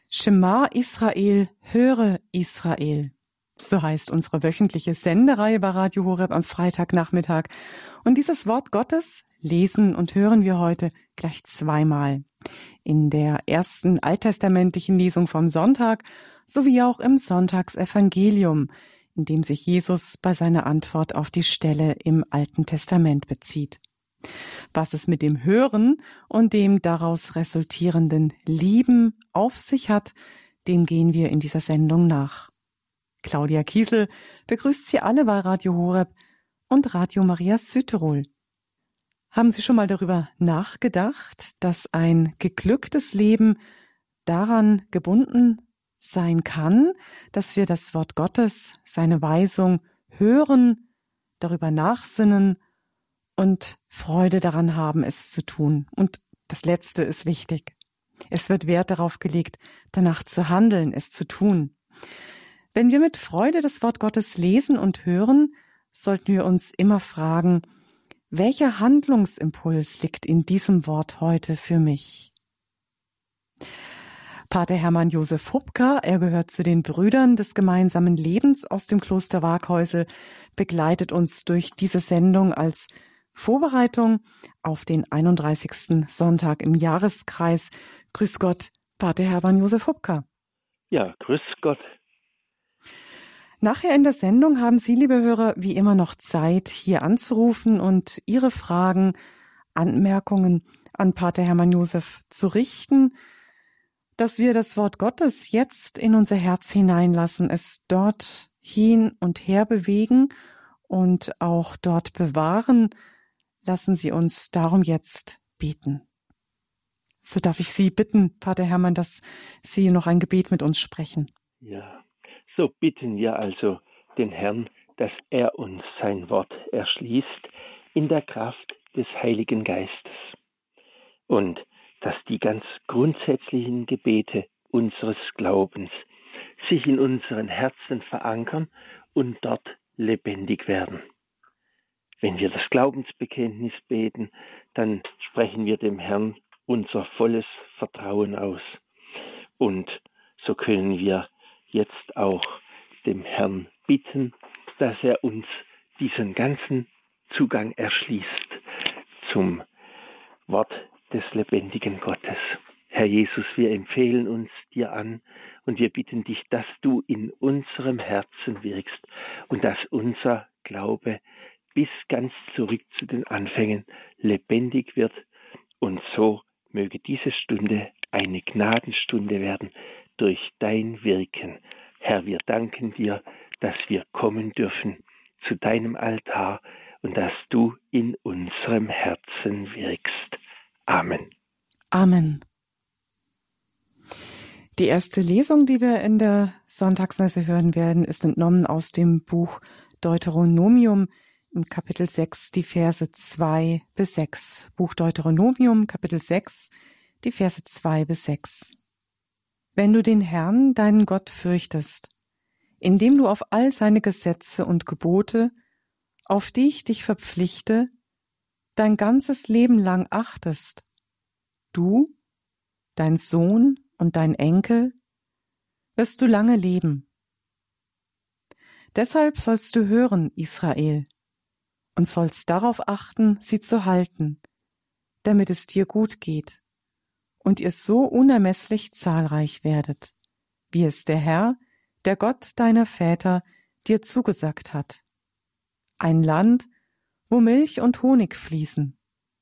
Schema Israel, höre Israel. So heißt unsere wöchentliche Sendereihe bei Radio Horeb am Freitagnachmittag. Und dieses Wort Gottes lesen und hören wir heute gleich zweimal. In der ersten alttestamentlichen Lesung vom Sonntag sowie auch im Sonntagsevangelium, in dem sich Jesus bei seiner Antwort auf die Stelle im Alten Testament bezieht. Was es mit dem Hören und dem daraus resultierenden Lieben auf sich hat, dem gehen wir in dieser Sendung nach. Claudia Kiesel begrüßt Sie alle bei Radio Horeb und Radio Maria Südtirol. Haben Sie schon mal darüber nachgedacht, dass ein geglücktes Leben daran gebunden sein kann, dass wir das Wort Gottes, seine Weisung hören, darüber nachsinnen und Freude daran haben, es zu tun. Und das Letzte ist wichtig. Es wird Wert darauf gelegt, danach zu handeln, es zu tun. Wenn wir mit Freude das Wort Gottes lesen und hören, sollten wir uns immer fragen, welcher Handlungsimpuls liegt in diesem Wort heute für mich? Pater Hermann Josef Hupka, er gehört zu den Brüdern des gemeinsamen Lebens aus dem Kloster Waaghäusel, begleitet uns durch diese Sendung als Vorbereitung auf den 31. Sonntag im Jahreskreis. Grüß Gott, Pater Hermann Josef Hupka. Ja, grüß Gott. Nachher in der Sendung haben Sie, liebe Hörer, wie immer noch Zeit, hier anzurufen und Ihre Fragen, Anmerkungen an Pater Hermann Josef zu richten, dass wir das Wort Gottes jetzt in unser Herz hineinlassen, es dort hin und her bewegen und auch dort bewahren. Lassen Sie uns darum jetzt beten. So darf ich Sie bitten, Pater Hermann, dass Sie noch ein Gebet mit uns sprechen. Ja, so bitten wir also den Herrn, dass er uns sein Wort erschließt in der Kraft des Heiligen Geistes und dass die ganz grundsätzlichen Gebete unseres Glaubens sich in unseren Herzen verankern und dort lebendig werden. Wenn wir das Glaubensbekenntnis beten, dann sprechen wir dem Herrn unser volles Vertrauen aus. Und so können wir jetzt auch dem Herrn bitten, dass er uns diesen ganzen Zugang erschließt zum Wort des lebendigen Gottes. Herr Jesus, wir empfehlen uns dir an und wir bitten dich, dass du in unserem Herzen wirkst und dass unser Glaube bis ganz zurück zu den Anfängen lebendig wird. Und so möge diese Stunde eine Gnadenstunde werden durch dein Wirken. Herr, wir danken dir, dass wir kommen dürfen zu deinem Altar und dass du in unserem Herzen wirkst. Amen. Amen. Die erste Lesung, die wir in der Sonntagsmesse hören werden, ist entnommen aus dem Buch Deuteronomium im Kapitel 6, die Verse 2 bis 6. Buch Deuteronomium, Kapitel 6, die Verse 2 bis 6. Wenn du den Herrn, deinen Gott, fürchtest, indem du auf all seine Gesetze und Gebote, auf die ich dich verpflichte, dein ganzes Leben lang achtest, du, dein Sohn und dein Enkel, wirst du lange leben. Deshalb sollst du hören, Israel, und sollst darauf achten, sie zu halten, damit es dir gut geht und ihr so unermesslich zahlreich werdet, wie es der Herr, der Gott deiner Väter, dir zugesagt hat. Ein Land, wo Milch und Honig fließen.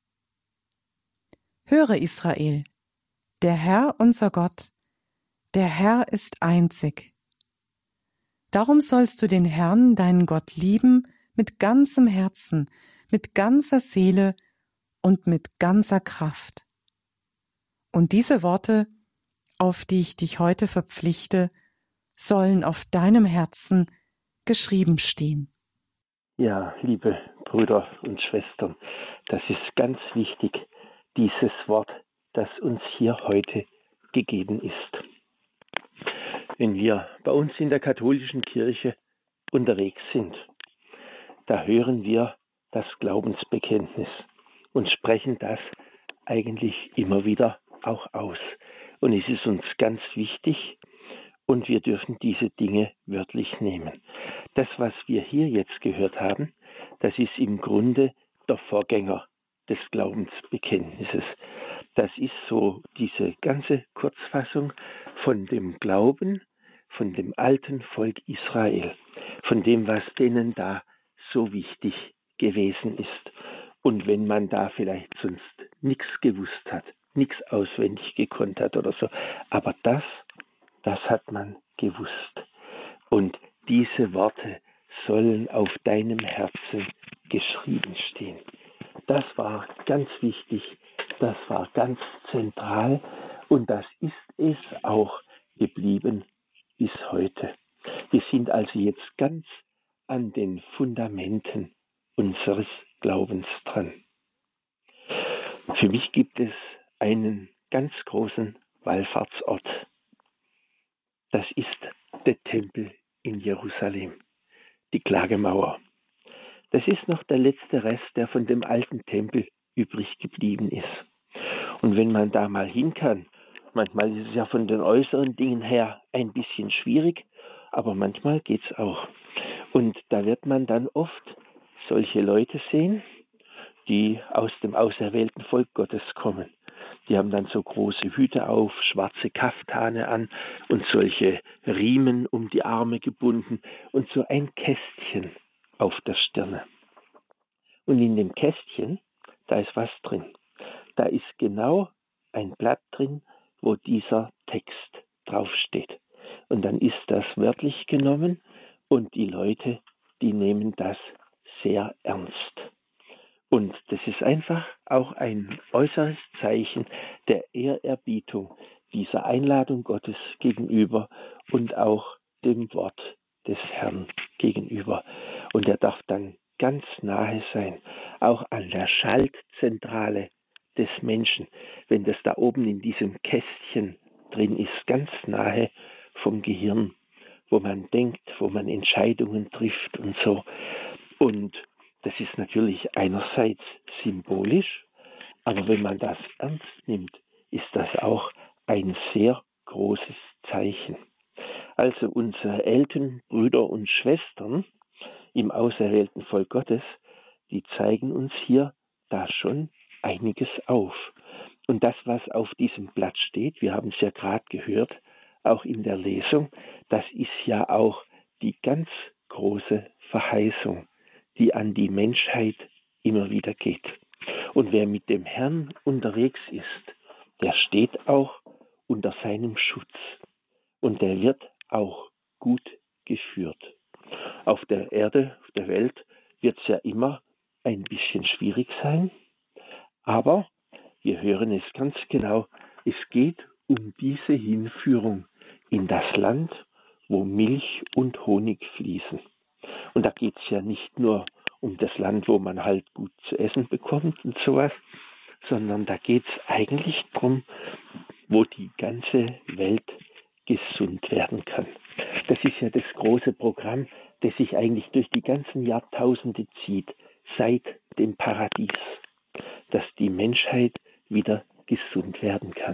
Höre, Israel, der Herr, unser Gott, der Herr ist einzig. Darum sollst du den Herrn, deinen Gott, lieben mit ganzem Herzen, mit ganzer Seele und mit ganzer Kraft. Und diese Worte, auf die ich dich heute verpflichte, sollen auf deinem Herzen geschrieben stehen. Ja, liebe Brüder und Schwestern, das ist ganz wichtig, dieses Wort, das uns hier heute gegeben ist. Wenn wir bei uns in der katholischen Kirche unterwegs sind, da hören wir das Glaubensbekenntnis und sprechen das eigentlich immer wieder auch aus. Und es ist uns ganz wichtig und wir dürfen diese Dinge wörtlich nehmen. Das, was wir hier jetzt gehört haben, das ist im Grunde der Vorgänger des Glaubensbekenntnisses. Das ist so diese ganze Kurzfassung von dem Glauben, von dem alten Volk Israel, von dem, was denen da so wichtig gewesen ist. Und wenn man da vielleicht sonst nichts gewusst hat, nichts auswendig gekonnt hat oder so, aber das hat man gewusst. Und diese Worte sollen auf deinem Herzen geschrieben stehen. Das war ganz wichtig, das war ganz zentral und das ist es auch geblieben bis heute. Wir sind also jetzt ganz an den Fundamenten unseres Glaubens dran. Für mich gibt es einen ganz großen Wallfahrtsort. Das ist der Tempel in Jerusalem, die Klagemauer. Das ist noch der letzte Rest, der von dem alten Tempel übrig geblieben ist. Und wenn man da mal hin kann, manchmal ist es ja von den äußeren Dingen her ein bisschen schwierig, aber manchmal geht's auch. Und da wird man dann oft solche Leute sehen, die aus dem auserwählten Volk Gottes kommen. Die haben dann so große Hüte auf, schwarze Kaftane an und solche Riemen um die Arme gebunden und so ein Kästchen auf der Stirne. Und in dem Kästchen, da ist was drin. Da ist genau ein Blatt drin, wo dieser Text draufsteht. Und dann ist das wörtlich genommen und die Leute, die nehmen das sehr ernst. Und das ist einfach auch ein äußeres Zeichen der Ehrerbietung dieser Einladung Gottes gegenüber und auch dem Wort des Herrn gegenüber. Und er darf dann ganz nahe sein, auch an der Schaltzentrale des Menschen, wenn das da oben in diesem Kästchen drin ist, ganz nahe vom Gehirn, wo man denkt, wo man Entscheidungen trifft und so. Und das ist natürlich einerseits symbolisch, aber wenn man das ernst nimmt, ist das auch ein sehr großes Zeichen. Also unsere Eltern, Brüder und Schwestern im auserwählten Volk Gottes, die zeigen uns hier da schon einiges auf. Und das, was auf diesem Blatt steht, wir haben es ja gerade gehört, auch in der Lesung, das ist ja auch die ganz große Verheißung, die an die Menschheit immer wieder geht. Und wer mit dem Herrn unterwegs ist, der steht auch unter seinem Schutz und der wird auch gut geführt. Auf der Erde, auf der Welt wird es ja immer ein bisschen schwierig sein, aber wir hören es ganz genau, es geht um diese Hinführung in das Land, wo Milch und Honig fließen. Und da geht es ja nicht nur um das Land, wo man halt gut zu essen bekommt und sowas, sondern da geht es eigentlich darum, wo die ganze Welt gesund werden kann. Das ist ja das große Programm, das sich eigentlich durch die ganzen Jahrtausende zieht, seit dem Paradies, dass die Menschheit wieder gesund werden kann.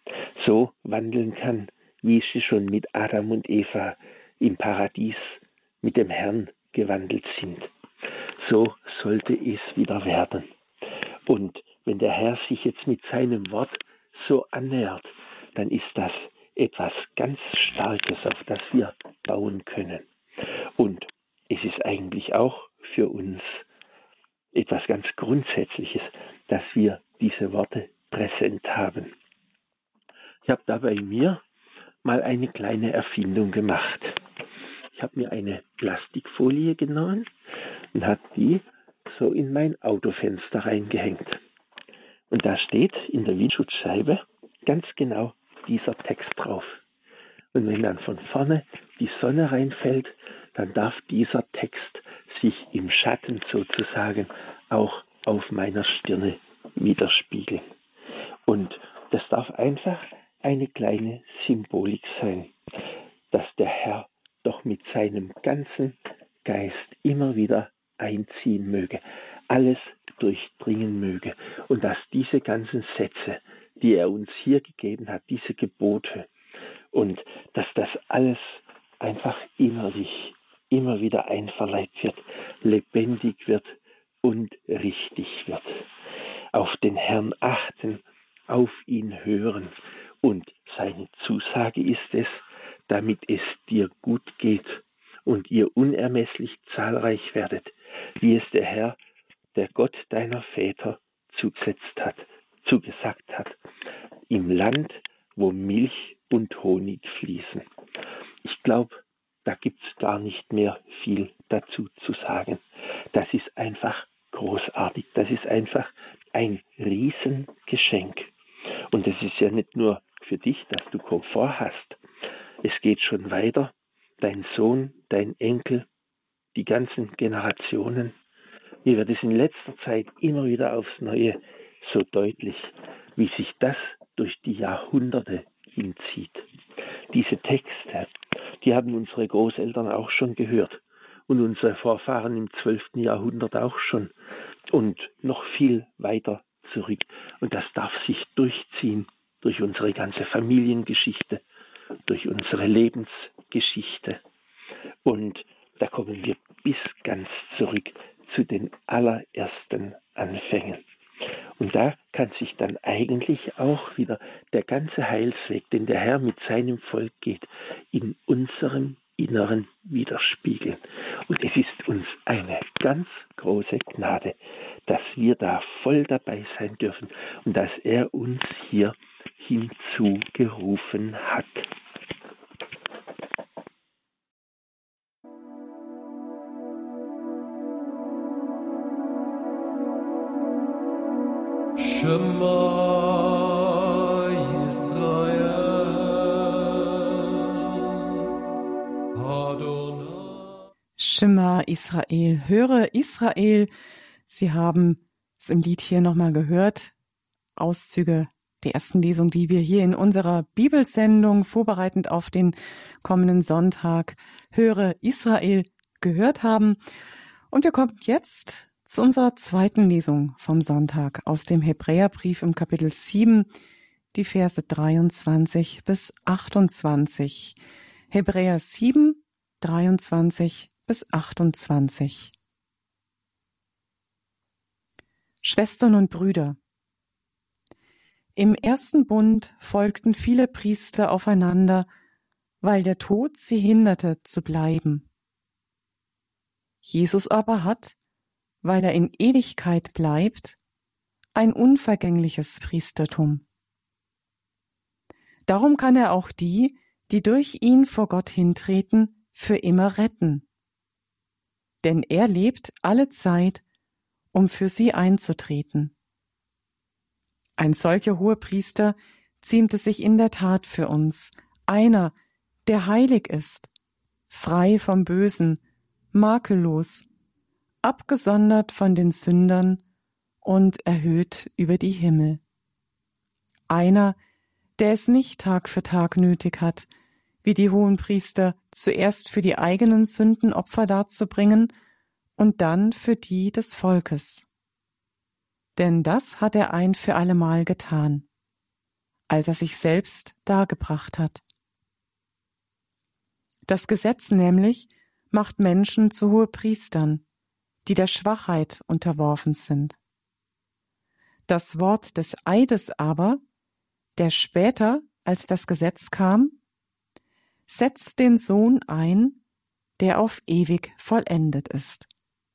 So wandeln kann, wie sie schon mit Adam und Eva im Paradies mit dem Herrn gewandelt sind. So sollte es wieder werden. Und wenn der Herr sich jetzt mit seinem Wort so annähert, dann ist das etwas ganz Starkes, auf das wir bauen können. Und es ist eigentlich auch für uns etwas ganz Grundsätzliches, dass wir diese Worte präsent haben. Ich habe da bei mir mal eine kleine Erfindung gemacht. Ich habe mir eine Plastikfolie genommen und habe die so in mein Autofenster reingehängt. Und da steht in der Windschutzscheibe ganz genau dieser Text drauf. Und wenn dann von vorne die Sonne reinfällt, dann darf dieser Text sich im Schatten sozusagen auch auf meiner Stirne widerspiegeln. Und das darf einfach eine kleine Symbolik sein, dass der Herr doch mit seinem ganzen Geist immer wieder einziehen möge, alles durchdringen möge und dass diese ganzen Sätze die er uns hier gegeben hat, diese Gebote. Und dass das alles einfach innerlich immer wieder einverleibt wird, lebendig wird und richtig wird. Auf den Herrn achten, auf ihn hören. Und seine Zusage ist es, damit es dir gut geht und ihr unermesslich zahlreich werdet, wie es der Herr, der Gott deiner Väter, zugesagt hat, im Land, wo Milch und Honig fließen. Ich glaube, da gibt es gar nicht mehr viel dazu zu sagen. Das ist einfach großartig. Das ist einfach ein Riesengeschenk. Und es ist ja nicht nur für dich, dass du Komfort hast. Es geht schon weiter. Dein Sohn, dein Enkel, die ganzen Generationen. Mir wird es in letzter Zeit immer wieder aufs Neue so deutlich, wie sich das durch die Jahrhunderte hinzieht. Diese Texte, die haben unsere Großeltern auch schon gehört und unsere Vorfahren im 12. Jahrhundert auch schon und noch viel weiter zurück. Und das darf sich durchziehen durch unsere ganze Familiengeschichte, durch unsere Lebensgeschichte. Und da kommen wir bis ganz zurück zu den allerersten Anfängen. Und da kann sich dann eigentlich auch wieder der ganze Heilsweg, den der Herr mit seinem Volk geht, in unserem Inneren widerspiegeln. Und es ist uns eine ganz große Gnade, dass wir da voll dabei sein dürfen und dass er uns hier hinzugerufen hat. Shema Yisrael, Adonai. Shema Israel, höre Israel. Sie haben es im Lied hier nochmal gehört. Auszüge der ersten Lesung, die wir hier in unserer Bibelsendung vorbereitend auf den kommenden Sonntag Höre Israel gehört haben. Und wir kommen jetzt zu unserer zweiten Lesung vom Sonntag aus dem Hebräerbrief im Kapitel 7, die Verse 23 bis 28. Hebräer 7, 23 bis 28. Schwestern und Brüder, im ersten Bund folgten viele Priester aufeinander, weil der Tod sie hinderte zu bleiben. Jesus aber hat, weil er in Ewigkeit bleibt, ein unvergängliches Priestertum. Darum kann er auch die, die durch ihn vor Gott hintreten, für immer retten. Denn er lebt alle Zeit, um für sie einzutreten. Ein solcher Hohepriester ziemte sich in der Tat für uns, einer, der heilig ist, frei vom Bösen, makellos, abgesondert von den Sündern und erhöht über die Himmel. Einer, der es nicht Tag für Tag nötig hat, wie die Hohenpriester, zuerst für die eigenen Sünden Opfer darzubringen und dann für die des Volkes. Denn das hat er ein für allemal getan, als er sich selbst dargebracht hat. Das Gesetz nämlich macht Menschen zu Hohepriestern, die der Schwachheit unterworfen sind. Das Wort des Eides aber, der später, als das Gesetz kam, setzt den Sohn ein, der auf ewig vollendet ist.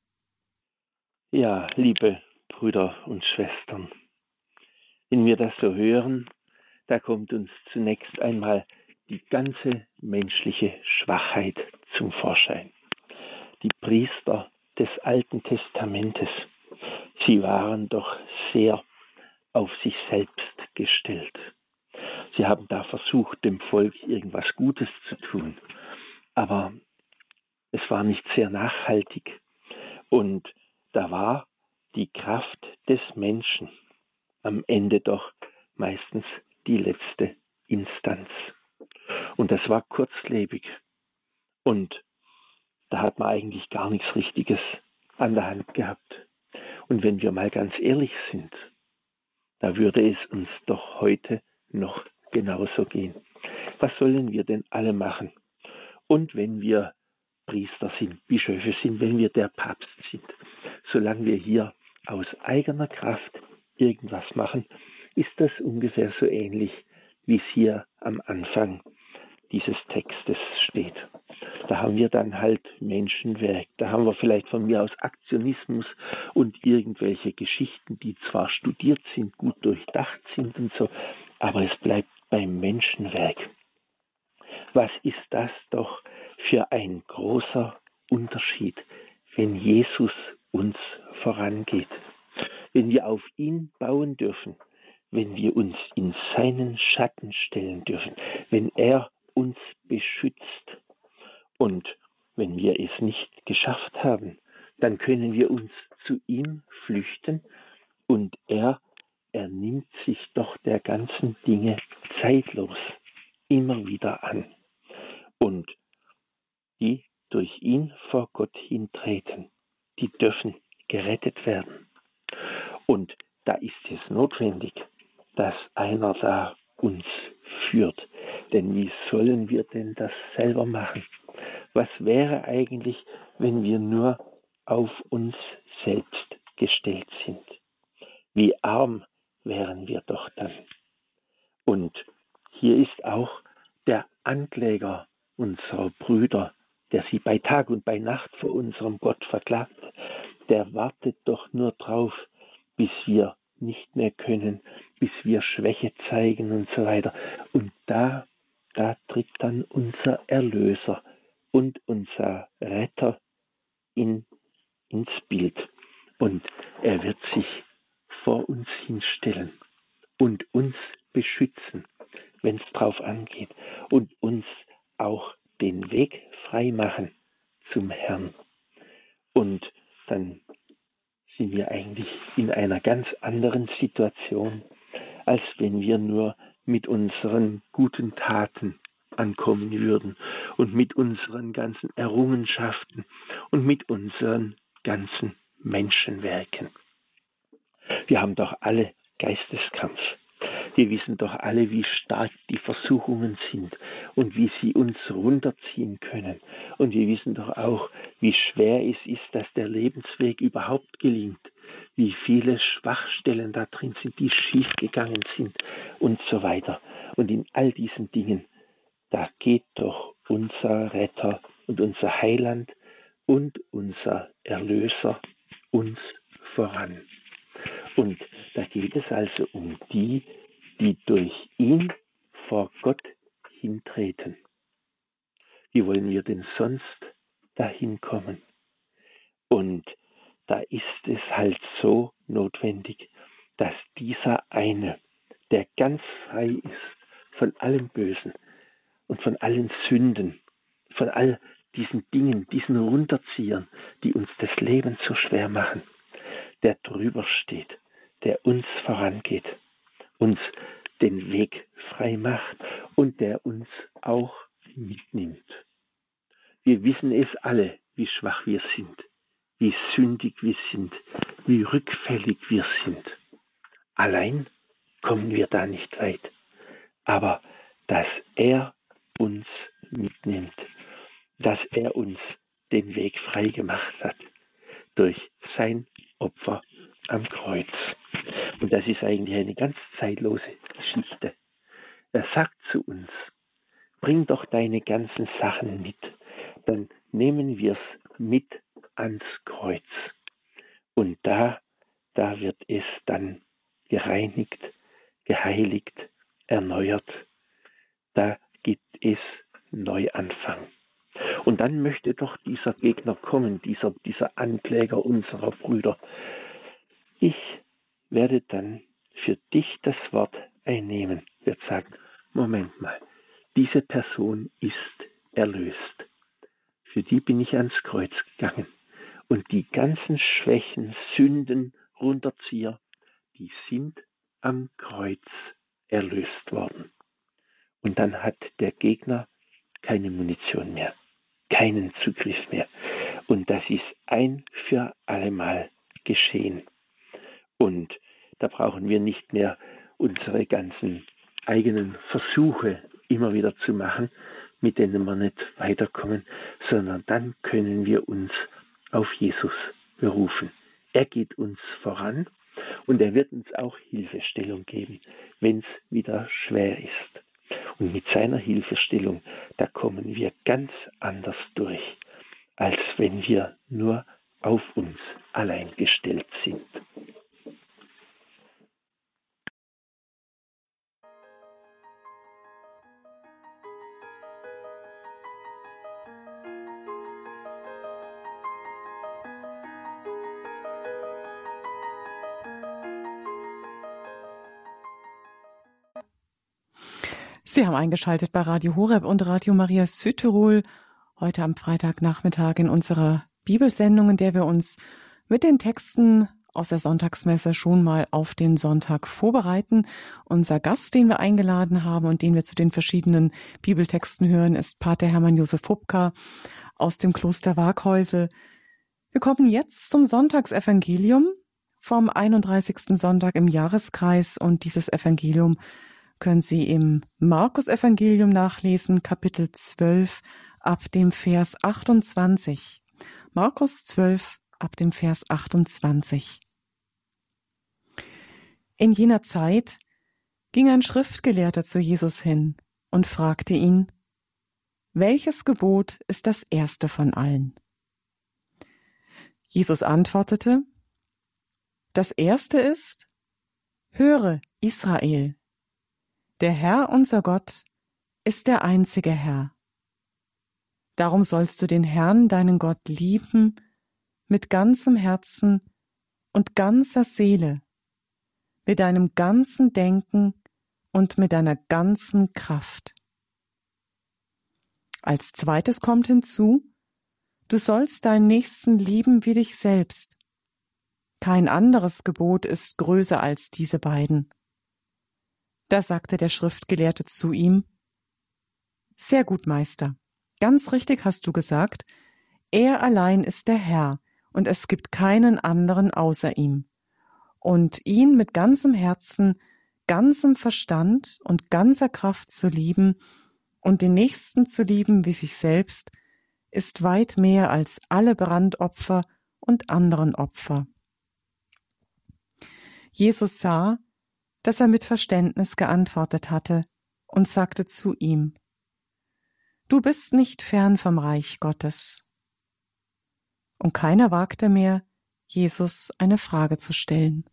Ja, liebe Brüder und Schwestern, wenn wir das so hören, da kommt uns zunächst einmal die ganze menschliche Schwachheit zum Vorschein. Die Priester des Alten Testamentes, sie waren doch sehr auf sich selbst gestellt. Sie haben da versucht, dem Volk irgendwas Gutes zu tun, aber es war nicht sehr nachhaltig und da war die Kraft des Menschen am Ende doch meistens die letzte Instanz. Und das war kurzlebig und da hat man eigentlich gar nichts Richtiges an der Hand gehabt. Und wenn wir mal ganz ehrlich sind, da würde es uns doch heute noch genauso gehen. Was sollen wir denn alle machen? Und wenn wir Priester sind, Bischöfe sind, wenn wir der Papst sind, solange wir hier aus eigener Kraft irgendwas machen, ist das ungefähr so ähnlich, wie es hier am Anfang dieses Textes steht. Da haben wir dann halt Menschenwerk, da haben wir vielleicht von mir aus Aktionismus und irgendwelche Geschichten, die zwar studiert sind, gut durchdacht sind und so, aber es bleibt beim Menschenwerk. Was ist das doch für ein großer Unterschied, wenn Jesus uns vorangeht, wenn wir auf ihn bauen dürfen, wenn wir uns in seinen Schatten stellen dürfen, wenn er uns beschützt. Und wenn wir es nicht geschafft haben, dann können wir uns zu ihm flüchten und er nimmt sich doch der ganzen Dinge zeitlos immer wieder an. Und die durch ihn vor Gott hintreten, die dürfen gerettet werden. Und da ist es notwendig, dass einer da uns führt. Denn wie sollen wir denn das selber machen? Was wäre eigentlich, wenn wir nur auf uns selbst gestellt sind? Wie arm wären wir doch dann? Und hier ist auch der Ankläger unserer Brüder, der sie bei Tag und bei Nacht vor unserem Gott verklagt, der wartet doch nur drauf, bis wir nicht mehr können, bis wir Schwäche zeigen und so weiter. Und da tritt dann unser Erlöser und unser Retter ins Bild. Und er wird sich vor uns hinstellen und uns beschützen, wenn es drauf angeht, und uns auch den Weg frei machen zum Herrn. Und dann sind wir eigentlich in einer ganz anderen Situation, als wenn wir nur mit unseren guten Taten ankommen würden und mit unseren ganzen Errungenschaften und mit unseren ganzen Menschenwerken. Wir haben doch alle Geisteskampf. Wir wissen doch alle, wie stark die Versuchungen sind und wie sie uns runterziehen können. Und wir wissen doch auch, wie schwer es ist, dass der Lebensweg überhaupt gelingt, wie viele Schwachstellen da drin sind, die schiefgegangen sind und so weiter. Und in all diesen Dingen, da geht doch unser Retter und unser Heiland und unser Erlöser uns voran. Und da geht es also um die durch ihn vor Gott hintreten. Wie wollen wir denn sonst dahin kommen? Und da ist es halt so notwendig, dass dieser eine, der ganz frei ist von allem Bösen und von allen Sünden, von all diesen Dingen, diesen Runterziehern, die uns das Leben so schwer machen, der drüber steht, der uns vorangeht, uns den Weg frei macht und der uns auch mitnimmt. Wir wissen es alle, wie schwach wir sind, wie sündig wir sind, wie rückfällig wir sind. Allein kommen wir da nicht weit. Aber dass er uns mitnimmt, dass er uns den Weg frei gemacht hat durch sein Opfer am Kreuz. Und das ist eigentlich eine ganz zeitlose Geschichte. Er sagt zu uns, bring doch deine ganzen Sachen mit, dann nehmen wir es mit ans Kreuz. Und da wird es dann gereinigt, geheiligt, erneuert. Da gibt es Neuanfang. Und dann möchte doch dieser Gegner kommen, dieser Ankläger unserer Brüder. Ich werde dann für dich das Wort einnehmen, wird sagen, Moment mal, diese Person ist erlöst. Für die bin ich ans Kreuz gegangen. Und die ganzen Schwächen, Sünden, Runterzieher, die sind am Kreuz erlöst worden. Und dann hat der Gegner keine Munition mehr, keinen Zugriff mehr. Und das ist ein für allemal geschehen. Und Da brauchen wir nicht mehr unsere ganzen eigenen Versuche immer wieder zu machen, mit denen wir nicht weiterkommen, sondern dann können wir uns auf Jesus berufen. Er geht uns voran und er wird uns auch Hilfestellung geben, wenn es wieder schwer ist. Und mit seiner Hilfestellung, da kommen wir ganz anders durch, als wenn wir nur auf uns allein gestellt sind. Sie haben eingeschaltet bei Radio Horeb und Radio Maria Südtirol, heute am Freitagnachmittag in unserer Bibelsendung, in der wir uns mit den Texten aus der Sonntagsmesse schon mal auf den Sonntag vorbereiten. Unser Gast, den wir eingeladen haben und den wir zu den verschiedenen Bibeltexten hören, ist Pater Hermann Josef Hupka aus dem Kloster Waaghäusel. Wir kommen jetzt zum Sonntagsevangelium vom 31. Sonntag im Jahreskreis, und dieses Evangelium können Sie im Markus-Evangelium nachlesen, Kapitel 12, ab dem Vers 28. Markus 12, ab dem Vers 28. In jener Zeit ging ein Schriftgelehrter zu Jesus hin und fragte ihn: Welches Gebot ist das erste von allen? Jesus antwortete: Das erste ist: Höre, Israel! Der Herr, unser Gott, ist der einzige Herr. Darum sollst du den Herrn, deinen Gott, lieben mit ganzem Herzen und ganzer Seele, mit deinem ganzen Denken und mit deiner ganzen Kraft. Als zweites kommt hinzu: Du sollst deinen Nächsten lieben wie dich selbst. Kein anderes Gebot ist größer als diese beiden. Da sagte der Schriftgelehrte zu ihm: Sehr gut, Meister, ganz richtig hast du gesagt, er allein ist der Herr und es gibt keinen anderen außer ihm. Und ihn mit ganzem Herzen, ganzem Verstand und ganzer Kraft zu lieben und den Nächsten zu lieben wie sich selbst, ist weit mehr als alle Brandopfer und anderen Opfer. Jesus sah, dass er mit Verständnis geantwortet hatte und sagte zu ihm: Du bist nicht fern vom Reich Gottes. Und keiner wagte mehr, Jesus eine Frage zu stellen.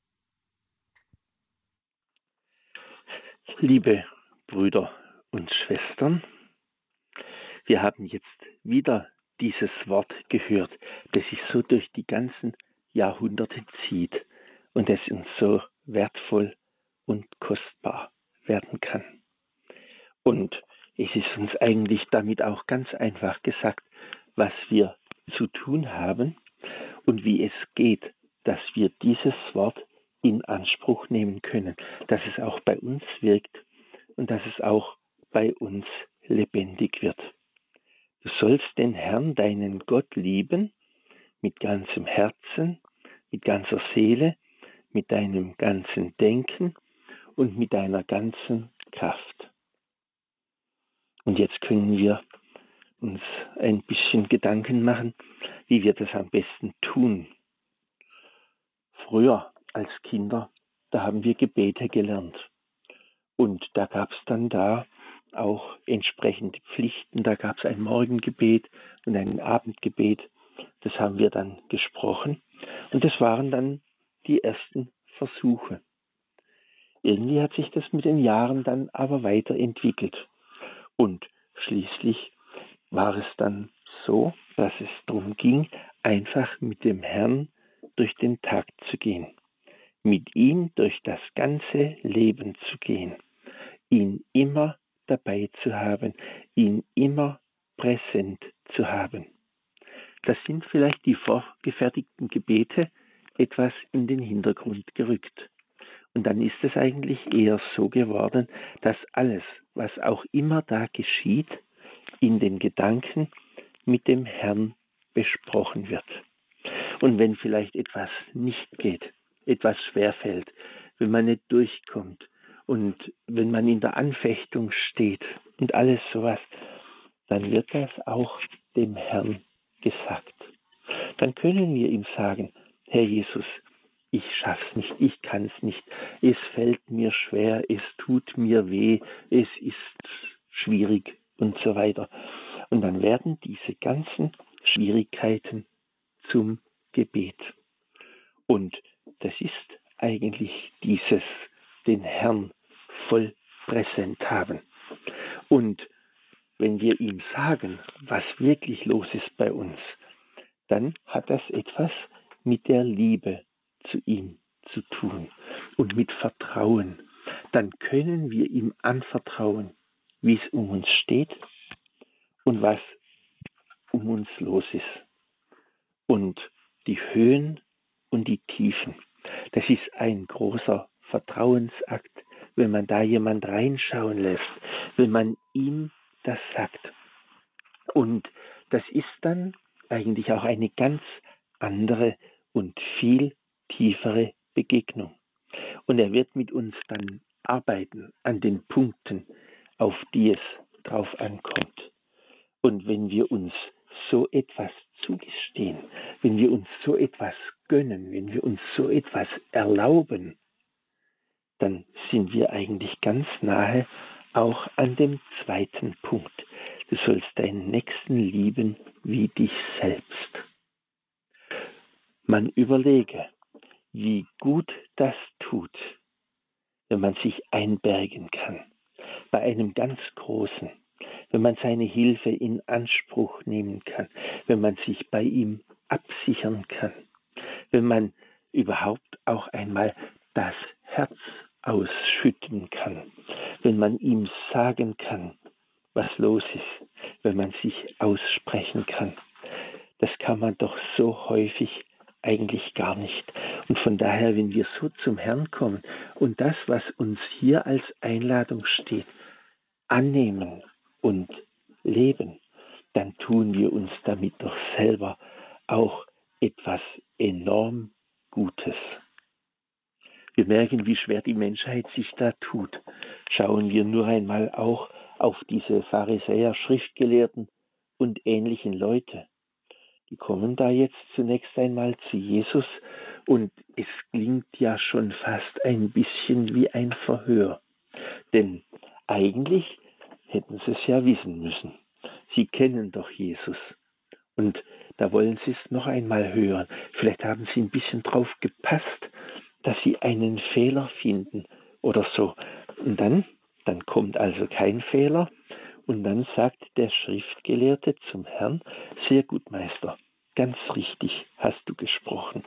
Liebe Brüder und Schwestern, wir haben jetzt wieder dieses Wort gehört, das sich so durch die ganzen Jahrhunderte zieht und das uns so wertvoll und kostbar werden kann. Und es ist uns eigentlich damit auch ganz einfach gesagt, was wir zu tun haben und wie es geht, dass wir dieses Wort in Anspruch nehmen können, dass es auch bei uns wirkt und dass es auch bei uns lebendig wird. Du sollst den Herrn, deinen Gott, lieben mit ganzem Herzen, mit ganzer Seele, mit deinem ganzen Denken und mit deiner ganzen Kraft. Und jetzt können wir uns ein bisschen Gedanken machen, wie wir das am besten tun. Früher als Kinder, da haben wir Gebete gelernt. Und da gab es dann da auch entsprechende Pflichten. Da gab es ein Morgengebet und ein Abendgebet. Das haben wir dann gesprochen. Und das waren dann die ersten Versuche. Irgendwie hat sich das mit den Jahren dann aber weiterentwickelt. Und schließlich war es dann so, dass es darum ging, einfach mit dem Herrn durch den Tag zu gehen, mit ihm durch das ganze Leben zu gehen, ihn immer dabei zu haben, ihn immer präsent zu haben. Das sind vielleicht die vorgefertigten Gebete etwas in den Hintergrund gerückt. Und dann ist es eigentlich eher so geworden, dass alles, was auch immer da geschieht, in den Gedanken mit dem Herrn besprochen wird. Und wenn vielleicht etwas nicht geht, etwas schwerfällt, wenn man nicht durchkommt und wenn man in der Anfechtung steht und alles sowas, dann wird das auch dem Herrn gesagt. Dann können wir ihm sagen, Herr Jesus, ich schaff's nicht, ich kann's nicht, es fällt mir schwer, es tut mir weh, es ist schwierig und so weiter. Und dann werden diese ganzen Schwierigkeiten zum Gebet. Und das ist eigentlich dieses den Herrn voll präsent haben. Und wenn wir ihm sagen, was wirklich los ist bei uns, dann hat das etwas mit der Liebe zu ihm zu tun und mit Vertrauen. Dann können wir ihm anvertrauen, wie es um uns steht und was um uns los ist. Und die Höhen und die Tiefen. Das ist ein großer Vertrauensakt, wenn man da jemand reinschauen lässt, wenn man ihm das sagt. Und das ist dann eigentlich auch eine ganz andere und viel tiefere Begegnung. Und er wird mit uns dann arbeiten an den Punkten, auf die es drauf ankommt. Und wenn wir uns so etwas zugestehen, wenn wir uns so etwas gönnen, wenn wir uns so etwas erlauben, dann sind wir eigentlich ganz nahe auch an dem zweiten Punkt. Du sollst deinen Nächsten lieben wie dich selbst. Man überlege, wie gut das tut, wenn man sich einbergen kann bei einem ganz Großen, wenn man seine Hilfe in Anspruch nehmen kann, wenn man sich bei ihm absichern kann, wenn man überhaupt auch einmal das Herz ausschütten kann, wenn man ihm sagen kann, was los ist, wenn man sich aussprechen kann. Das kann man doch so häufig eigentlich gar nicht. Und von daher, wenn wir so zum Herrn kommen und das, was uns hier als Einladung steht, annehmen und leben, dann tun wir uns damit doch selber auch etwas enorm Gutes. Wir merken, wie schwer die Menschheit sich da tut. Schauen wir nur einmal auch auf diese Pharisäer, Schriftgelehrten und ähnlichen Leute. Die kommen da jetzt zunächst einmal zu Jesus und es klingt ja schon fast ein bisschen wie ein Verhör. Denn eigentlich hätten sie es ja wissen müssen. Sie kennen doch Jesus. Und da wollen sie es noch einmal hören. Vielleicht haben sie ein bisschen drauf gepasst, dass sie einen Fehler finden oder so. Und dann kommt also kein Fehler. Und dann sagt der Schriftgelehrte zum Herrn, sehr gut, Meister, ganz richtig hast du gesprochen.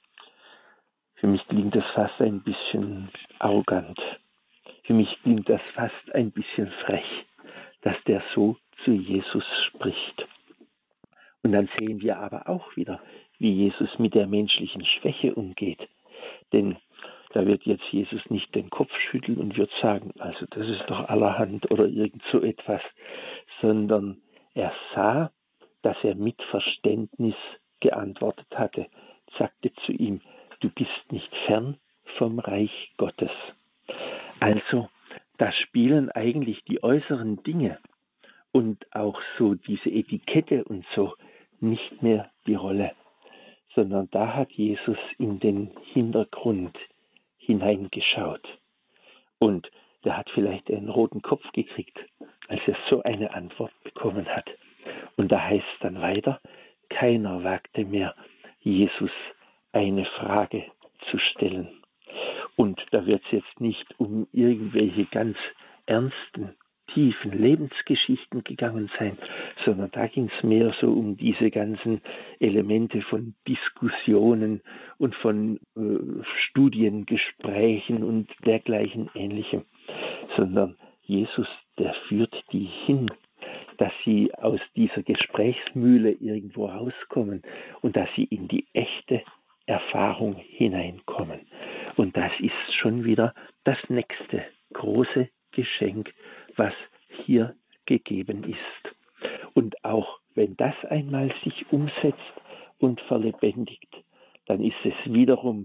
Für mich klingt das fast ein bisschen arrogant. Für mich klingt das fast ein bisschen frech, dass der so zu Jesus spricht. Und dann sehen wir aber auch wieder, wie Jesus mit der menschlichen Schwäche umgeht. Denn da wird jetzt Jesus nicht den Kopf schütteln und wird sagen, also das ist doch allerhand oder irgend so etwas, sondern er sah, dass er mit Verständnis geantwortet hatte, sagte zu ihm, du bist nicht fern vom Reich Gottes. Also, da spielen eigentlich die äußeren Dinge und auch so diese Etikette und so nicht mehr die Rolle, sondern da hat Jesus in den Hintergrund hineingeschaut. Und der hat vielleicht einen roten Kopf gekriegt, als er so eine Antwort bekommen hat. Und da heißt es dann weiter, keiner wagte mehr, Jesus eine Frage zu stellen. Und da wird es jetzt nicht um irgendwelche ganz ernsten, tiefen Lebensgeschichten gegangen sein, sondern da ging es mehr so um diese ganzen Elemente von Diskussionen und von Studiengesprächen und dergleichen Ähnlichem, sondern Jesus, der führt die hin, dass sie aus dieser Gesprächsmühle irgendwo rauskommen und dass sie in die echte Erfahrung hineinkommen. Und das ist schon wieder das nächste große Geschenk, was hier gegeben ist. Und auch wenn das einmal sich umsetzt und verlebendigt, dann ist es wiederum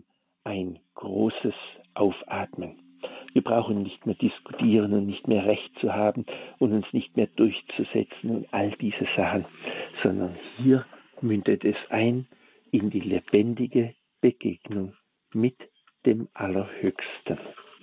ein großes Aufatmen. Wir brauchen nicht mehr diskutieren und nicht mehr Recht zu haben und uns nicht mehr durchzusetzen und all diese Sachen, sondern hier mündet es ein in die lebendige Begegnung mit dem Allerhöchsten.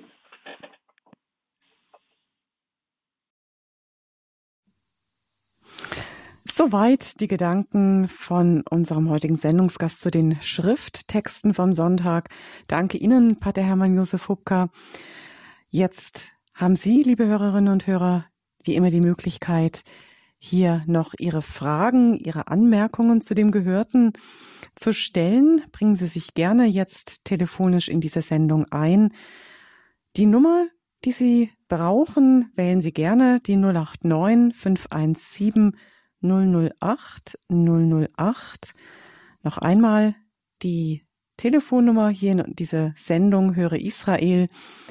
Soweit die Gedanken von unserem heutigen Sendungsgast zu den Schrifttexten vom Sonntag. Danke Ihnen, Pater Hermann Josef Hupka. Jetzt haben Sie, liebe Hörerinnen und Hörer, wie immer die Möglichkeit, hier noch Ihre Fragen, Ihre Anmerkungen zu dem Gehörten zu stellen. Bringen Sie sich gerne jetzt telefonisch in diese Sendung ein. Die Nummer, die Sie brauchen, wählen Sie gerne die 089 517 008 008. Noch einmal die Telefonnummer hier in dieser Sendung Höre Israel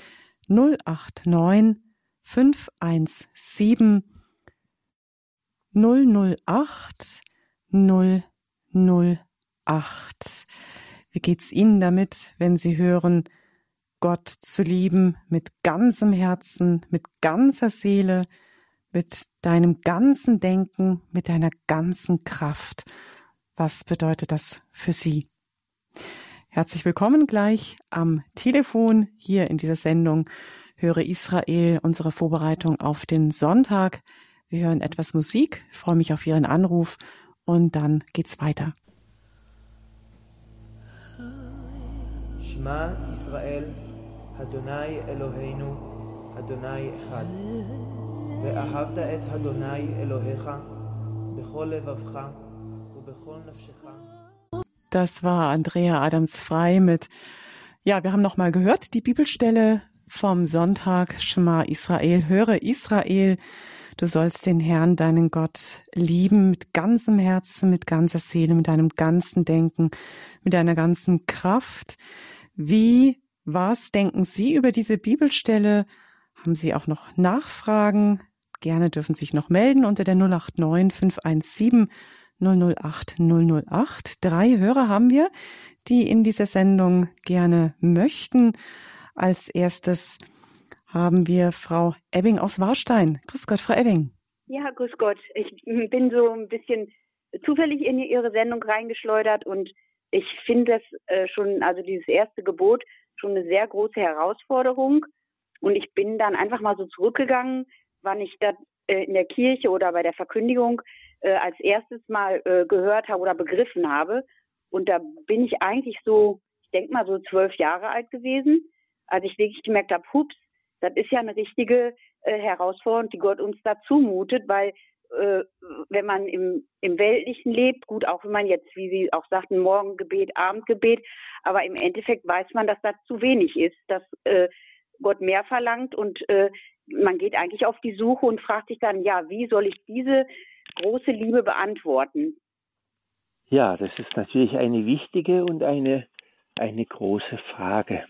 089 517 008 008. Wie geht's Ihnen damit, wenn Sie hören, Gott zu lieben mit ganzem Herzen, mit ganzer Seele, mit deinem ganzen Denken, mit deiner ganzen Kraft? Was bedeutet das für Sie? Herzlich willkommen gleich am Telefon hier in dieser Sendung Höre Israel, unsere Vorbereitung auf den Sonntag. Wir hören etwas Musik, ich freue mich auf Ihren Anruf und dann geht's weiter. Shema Israel, Adonai Eloheinu, Adonai Echad. ואהבת את אדוני אלוהיך בכל לבבך ובכל נפשך. Das war Andrea Adams-Frei mit, ja, wir haben nochmal gehört, die Bibelstelle vom Sonntag, Shema Israel, höre Israel, du sollst den Herrn, deinen Gott, lieben mit ganzem Herzen, mit ganzer Seele, mit deinem ganzen Denken, mit deiner ganzen Kraft. Was denken Sie über diese Bibelstelle? Haben Sie auch noch Nachfragen? Gerne dürfen Sie sich noch melden unter der 089 517 008 008. 3 Hörer haben wir, die in dieser Sendung gerne möchten. Als erstes haben wir Frau Ebbing aus Warstein. Grüß Gott, Frau Ebbing. Ja, grüß Gott. Ich bin so ein bisschen zufällig in Ihre Sendung reingeschleudert und ich finde das schon, also dieses erste Gebot, schon eine sehr große Herausforderung. Und ich bin dann einfach mal so zurückgegangen, wann ich das in der Kirche oder bei der Verkündigung als erstes mal gehört habe oder begriffen habe. Und da bin ich eigentlich so, ich denke mal so 12 Jahre alt gewesen, als ich wirklich gemerkt habe, hups, das ist ja eine richtige Herausforderung, die Gott uns da zumutet, weil wenn man im Weltlichen lebt, gut, auch wenn man jetzt, wie Sie auch sagten, Morgengebet, Abendgebet, aber im Endeffekt weiß man, dass das zu wenig ist, dass Gott mehr verlangt und man geht eigentlich auf die Suche und fragt sich dann, ja, wie soll ich diese große Liebe beantworten? Ja, das ist natürlich eine wichtige und eine große Frage.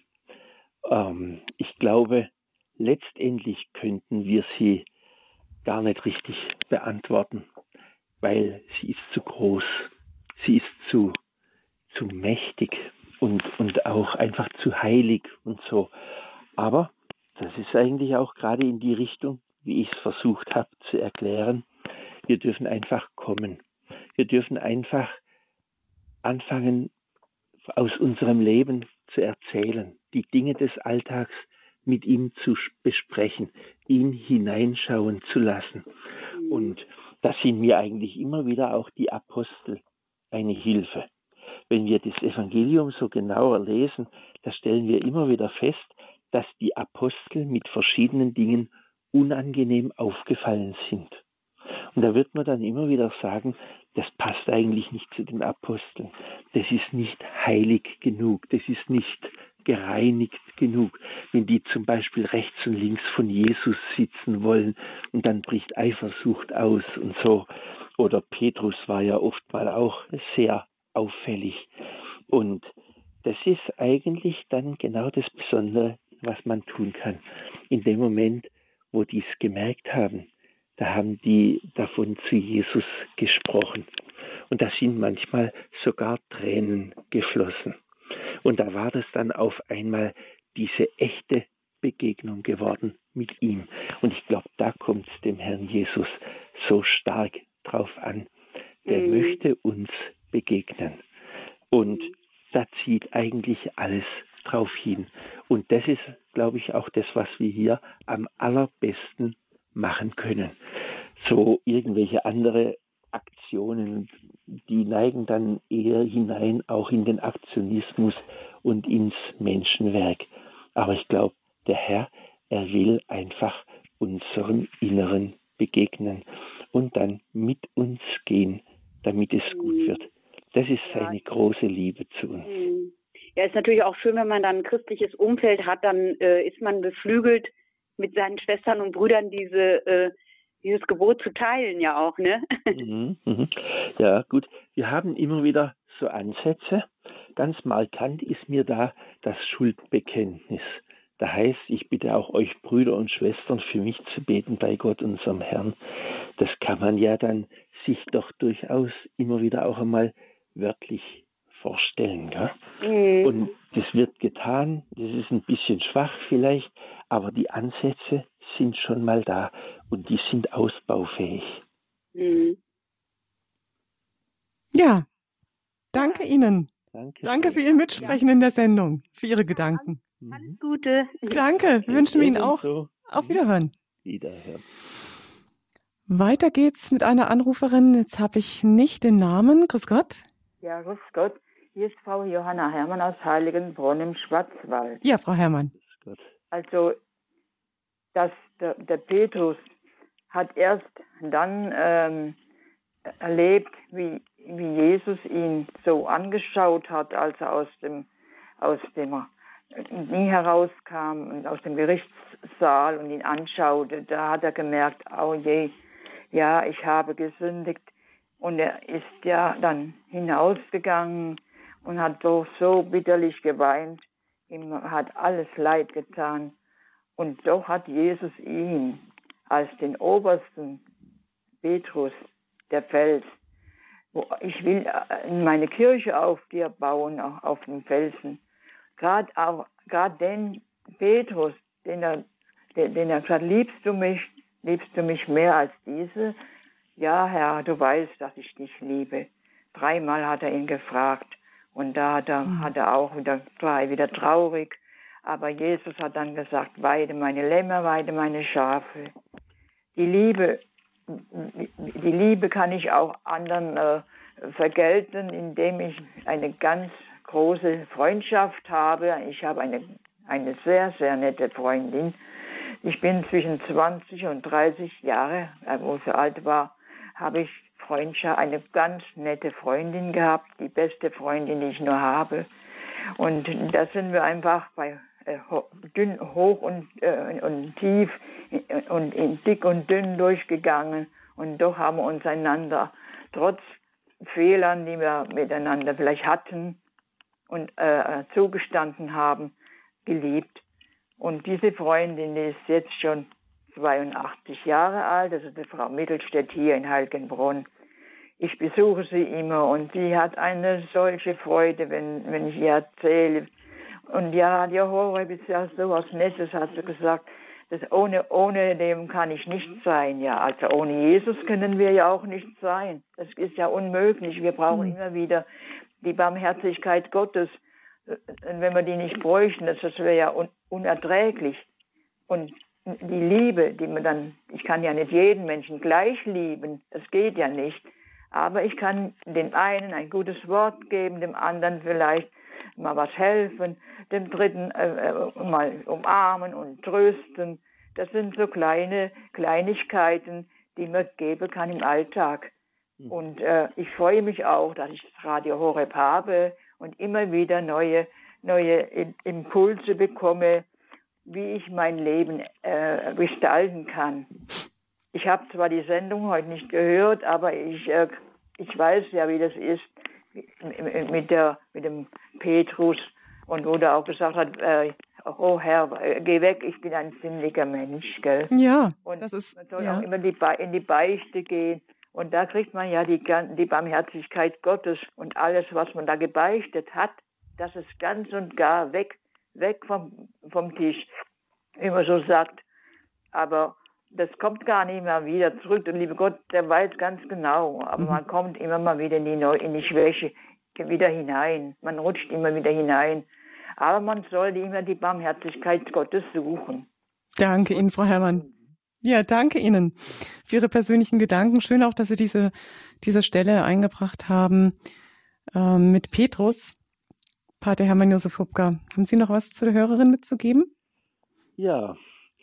Ich glaube, letztendlich könnten wir sie gar nicht richtig beantworten, weil sie ist zu groß, sie ist zu mächtig und auch einfach zu heilig und so. Aber das ist eigentlich auch gerade in die Richtung, wie ich es versucht habe zu erklären. Wir dürfen einfach kommen. Wir dürfen einfach anfangen, aus unserem Leben zu erzählen, die Dinge des Alltags mit ihm zu besprechen, ihn hineinschauen zu lassen. Und da sind mir eigentlich immer wieder auch die Apostel eine Hilfe. Wenn wir das Evangelium so genauer lesen, da stellen wir immer wieder fest, dass die Apostel mit verschiedenen Dingen unangenehm aufgefallen sind. Und da wird man dann immer wieder sagen, das passt eigentlich nicht zu den Aposteln. Das ist nicht heilig genug, das ist nicht gereinigt genug. Wenn die zum Beispiel rechts und links von Jesus sitzen wollen und dann bricht Eifersucht aus und so. Oder Petrus war ja oftmals auch sehr auffällig. Und das ist eigentlich dann genau das Besondere, was man tun kann. In dem Moment, wo die es gemerkt haben, da haben die davon zu Jesus gesprochen. Und da sind manchmal sogar Tränen geflossen. Und da war das dann auf einmal diese echte Begegnung geworden mit ihm. Und ich glaube, da kommt es dem Herrn Jesus so stark drauf an. Der möchte uns begegnen. Und da zieht eigentlich alles drauf hin. Und das ist, glaube ich, auch das, was wir hier am allerbesten machen können. So irgendwelche andere Aktionen, die neigen dann eher hinein auch in den Aktionismus und ins Menschenwerk. Aber ich glaube, der Herr, er will einfach unserem Inneren begegnen und dann mit uns gehen, damit es gut wird. Das ist seine große Liebe zu uns. Ja, ist natürlich auch schön, wenn man dann ein christliches Umfeld hat, dann ist man beflügelt, mit seinen Schwestern und Brüdern dieses Gebot zu teilen, ja auch, ne? Ja, gut. Wir haben immer wieder so Ansätze. Ganz markant ist mir da das Schuldbekenntnis. Da heißt, ich bitte auch euch Brüder und Schwestern für mich zu beten bei Gott, unserem Herrn. Das kann man ja dann sich doch durchaus immer wieder auch einmal wörtlich vorstellen. Gell? Und das wird getan, das ist ein bisschen schwach vielleicht, aber die Ansätze sind schon mal da und die sind ausbaufähig. Ja, danke Ihnen. Danke für Ihr Mitsprechen in der Sendung, für Ihre Gedanken. Alles Gute. Danke, wünschen wir Ihnen auch. Auf Wiederhören. Wiederhören. Weiter geht's mit einer Anruferin. Jetzt habe ich nicht den Namen. Grüß Gott. Ja, grüß Gott. Hier ist Frau Johanna Herrmann aus Heiligenbrunn im Schwarzwald. Ja, Frau Herrmann. Grüß Gott. Also, der Petrus hat erst dann erlebt, wie Jesus ihn so angeschaut hat, als er aus dem Ding herauskam und aus dem Gerichtssaal und ihn anschaute. Da hat er gemerkt, oh je, ja, ich habe gesündigt. Und er ist ja dann hinausgegangen und hat doch so bitterlich geweint. Ihm hat alles leid getan. Und doch hat Jesus ihn als den obersten Petrus, der Fels, wo ich will meine Kirche auf dir bauen, auf dem Felsen. Gerade den Petrus, den er gesagt, liebst du mich mehr als diese? Ja, Herr, du weißt, dass ich dich liebe. 3-mal hat er ihn gefragt und da hat er auch war wieder traurig. Aber Jesus hat dann gesagt, weide meine Lämmer, weide meine Schafe. Die Liebe kann ich auch anderen vergelten, indem ich eine ganz große Freundschaft habe. Ich habe eine sehr, sehr nette Freundin. Ich bin zwischen 20 und 30 Jahre, wo ich so alt war, habe ich eine ganz nette Freundin gehabt, die beste Freundin, die ich nur habe. Und da sind wir einfach bei hoch und tief und in dick und dünn durchgegangen. Und doch haben wir uns einander, trotz Fehlern, die wir miteinander vielleicht hatten und zugestanden haben, geliebt. Und diese Freundin ist jetzt schon 82 Jahre alt, also die Frau Mittelstädt hier in Heiligenbrunn. Ich besuche sie immer und sie hat eine solche Freude, wenn ich ihr erzähle. Und ja, Radio Horeb ist ja so was Nettes, hat sie gesagt, dass ohne dem kann ich nicht sein. Ja, also ohne Jesus können wir ja auch nicht sein. Das ist ja unmöglich. Wir brauchen immer wieder die Barmherzigkeit Gottes. Und wenn wir die nicht bräuchten, das wäre ja unerträglich. Und die Liebe, die man dann, ich kann ja nicht jeden Menschen gleich lieben, das geht ja nicht. Aber ich kann dem einen ein gutes Wort geben, dem anderen vielleicht mal was helfen, dem dritten mal umarmen und trösten. Das sind so kleine Kleinigkeiten, die man geben kann im Alltag. Und ich freue mich auch, dass ich das Radio Horeb habe und immer wieder neue Impulse bekomme, wie ich mein Leben gestalten kann. Ich habe zwar die Sendung heute nicht gehört, aber ich weiß ja, wie das ist mit dem Petrus und wo der auch gesagt hat, oh Herr, geh weg, ich bin ein sündiger Mensch, gell? Ja, und das ist, man soll ja. auch immer in die Beichte gehen und da kriegt man ja die Barmherzigkeit Gottes und alles, was man da gebeichtet hat, dass es ganz und gar weg vom Tisch, wie man so sagt. Aber das kommt gar nicht mehr wieder zurück. Der liebe Gott, der weiß ganz genau. Aber man kommt immer mal wieder in die Schwäche wieder hinein. Man rutscht immer wieder hinein. Aber man sollte immer die Barmherzigkeit Gottes suchen. Danke Ihnen, Frau Herrmann. Ja, danke Ihnen für Ihre persönlichen Gedanken. Schön auch, dass Sie diese Stelle eingebracht haben mit Petrus. Pater Hermann Josef Hupka, haben Sie noch was zu der Hörerin mitzugeben? Ja,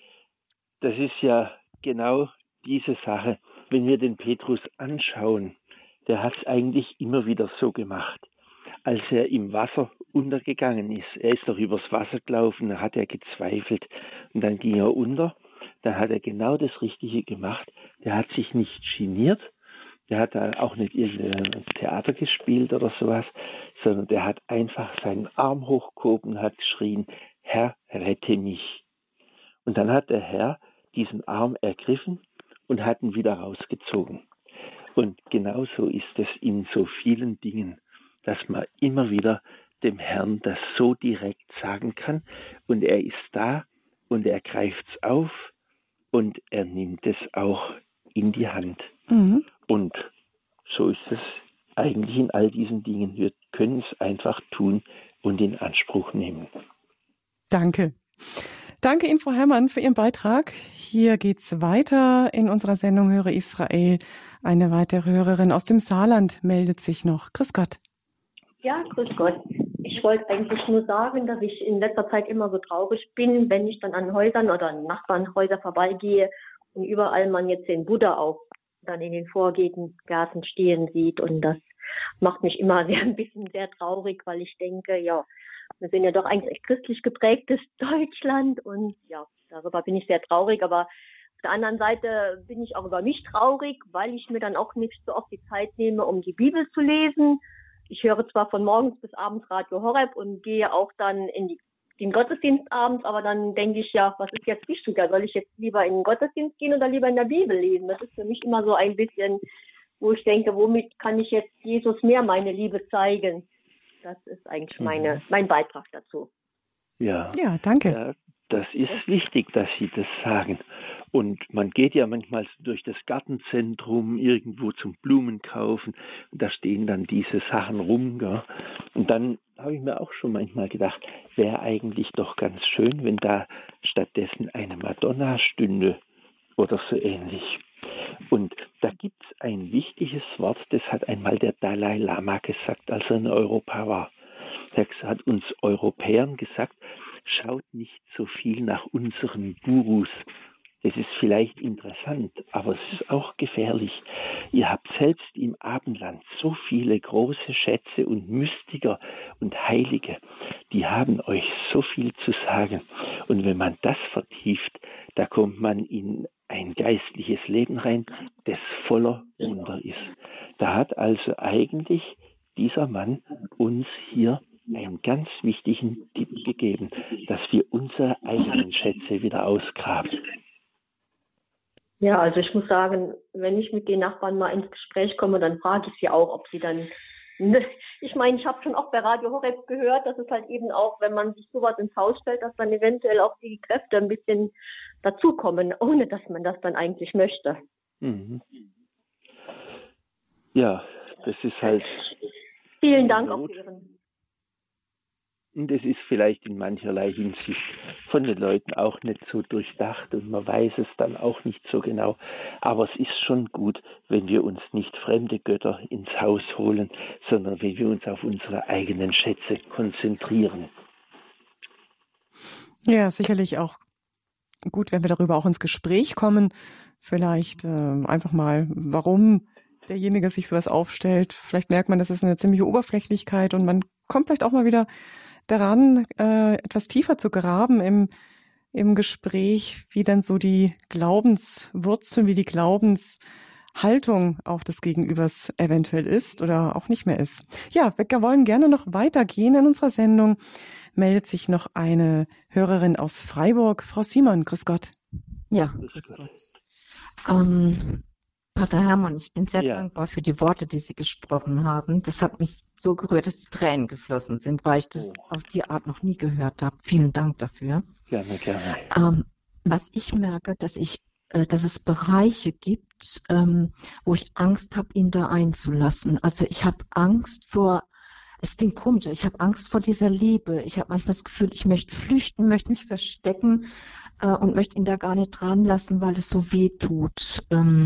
das ist ja genau diese Sache. Wenn wir den Petrus anschauen, der hat es eigentlich immer wieder so gemacht. Als er im Wasser untergegangen ist, er ist noch übers Wasser gelaufen, da hat er gezweifelt und dann ging er unter. Dann hat er genau das Richtige gemacht. Der hat sich nicht geniert, der hat da auch nicht irgendein Theater gespielt oder sowas, sondern der hat einfach seinen Arm hochgehoben und hat geschrien, Herr, rette mich. Und dann hat der Herr diesen Arm ergriffen und hat ihn wieder rausgezogen. Und genauso ist es in so vielen Dingen, dass man immer wieder dem Herrn das so direkt sagen kann und er ist da und er greift es auf und er nimmt es auch in die Hand. Mhm. Und so ist es eigentlich in all diesen Dingen. Wir können es einfach tun und in Anspruch nehmen. Danke. Danke Ihnen, Frau Herrmann, für Ihren Beitrag. Hier geht's weiter in unserer Sendung Höre Israel. Eine weitere Hörerin aus dem Saarland meldet sich noch. Grüß Gott. Ja, grüß Gott. Ich wollte eigentlich nur sagen, dass ich in letzter Zeit immer so traurig bin, wenn ich dann an Häusern oder an Nachbarnhäusern vorbeigehe und überall man jetzt den Buddha auch dann in den Vorgärten stehen sieht. Und das macht mich immer ein bisschen sehr traurig, weil ich denke, ja, wir sind ja doch eigentlich echt christlich geprägtes Deutschland und ja, darüber bin ich sehr traurig. Aber auf der anderen Seite bin ich auch über mich traurig, weil ich mir dann auch nicht so oft die Zeit nehme, um die Bibel zu lesen. Ich höre zwar von morgens bis abends Radio Horeb und gehe auch dann in den Gottesdienst abends, aber dann denke ich, ja, was ist jetzt wichtiger? Soll ich jetzt lieber in den Gottesdienst gehen oder lieber in der Bibel lesen? Das ist für mich immer so ein bisschen, wo ich denke, womit kann ich jetzt Jesus mehr meine Liebe zeigen? Das ist eigentlich mein Beitrag dazu. Ja, danke. Ja, das ist wichtig, dass Sie das sagen. Und man geht ja manchmal durch das Gartenzentrum irgendwo zum Blumenkaufen und da stehen dann diese Sachen rum. Gell? Und dann habe ich mir auch schon manchmal gedacht, wäre eigentlich doch ganz schön, wenn da stattdessen eine Madonna stünde oder so ähnlich. Und da gibt es ein wichtiges Wort, das hat einmal der Dalai Lama gesagt, als er in Europa war. Er hat uns Europäern gesagt, schaut nicht so viel nach unseren Gurus. Das ist vielleicht interessant, aber es ist auch gefährlich. Ihr habt selbst im Abendland so viele große Schätze und Mystiker und Heilige, die haben euch so viel zu sagen. Und wenn man das vertieft, da kommt man in ein geistliches Leben rein, das voller Wunder ist. Da hat also eigentlich dieser Mann uns hier einen ganz wichtigen Tipp gegeben, dass wir unsere eigenen Schätze wieder ausgraben. Ja, also ich muss sagen, wenn ich mit den Nachbarn mal ins Gespräch komme, dann frage ich sie auch, ob sie dann, ich meine, ich habe schon auch bei Radio Horeb gehört, dass es halt eben auch, wenn man sich sowas ins Haus stellt, dass dann eventuell auch die Kräfte ein bisschen dazukommen, ohne dass man das dann eigentlich möchte. Mhm. Ja, das ist halt... Vielen Dank auch für Ihren... Und es ist vielleicht in mancherlei Hinsicht von den Leuten auch nicht so durchdacht und man weiß es dann auch nicht so genau. Aber es ist schon gut, wenn wir uns nicht fremde Götter ins Haus holen, sondern wenn wir uns auf unsere eigenen Schätze konzentrieren. Ja, sicherlich auch gut, wenn wir darüber auch ins Gespräch kommen. Vielleicht einfach mal, warum derjenige sich sowas aufstellt. Vielleicht merkt man, das ist eine ziemliche Oberflächlichkeit und man kommt vielleicht auch mal wieder daran, etwas tiefer zu graben im Gespräch, wie dann so die Glaubenswurzeln, wie die Glaubenshaltung auch des Gegenübers eventuell ist oder auch nicht mehr ist. Ja, wir wollen gerne noch weitergehen in unserer Sendung. Meldet sich noch eine Hörerin aus Freiburg. Frau Simon, grüß Gott. Ja, grüß Gott. Pater Hermann, ich bin sehr Ja. dankbar für die Worte, die Sie gesprochen haben. Das hat mich so gerührt, dass die Tränen geflossen sind, weil ich das auf die Art noch nie gehört habe. Vielen Dank dafür. Gerne. Was ich merke, dass es Bereiche gibt, wo ich Angst habe, ihn da einzulassen. Also ich habe Angst vor, es klingt komisch, ich habe Angst vor dieser Liebe. Ich habe manchmal das Gefühl, ich möchte flüchten, möchte mich verstecken und möchte ihn da gar nicht dran lassen, weil es so weh tut.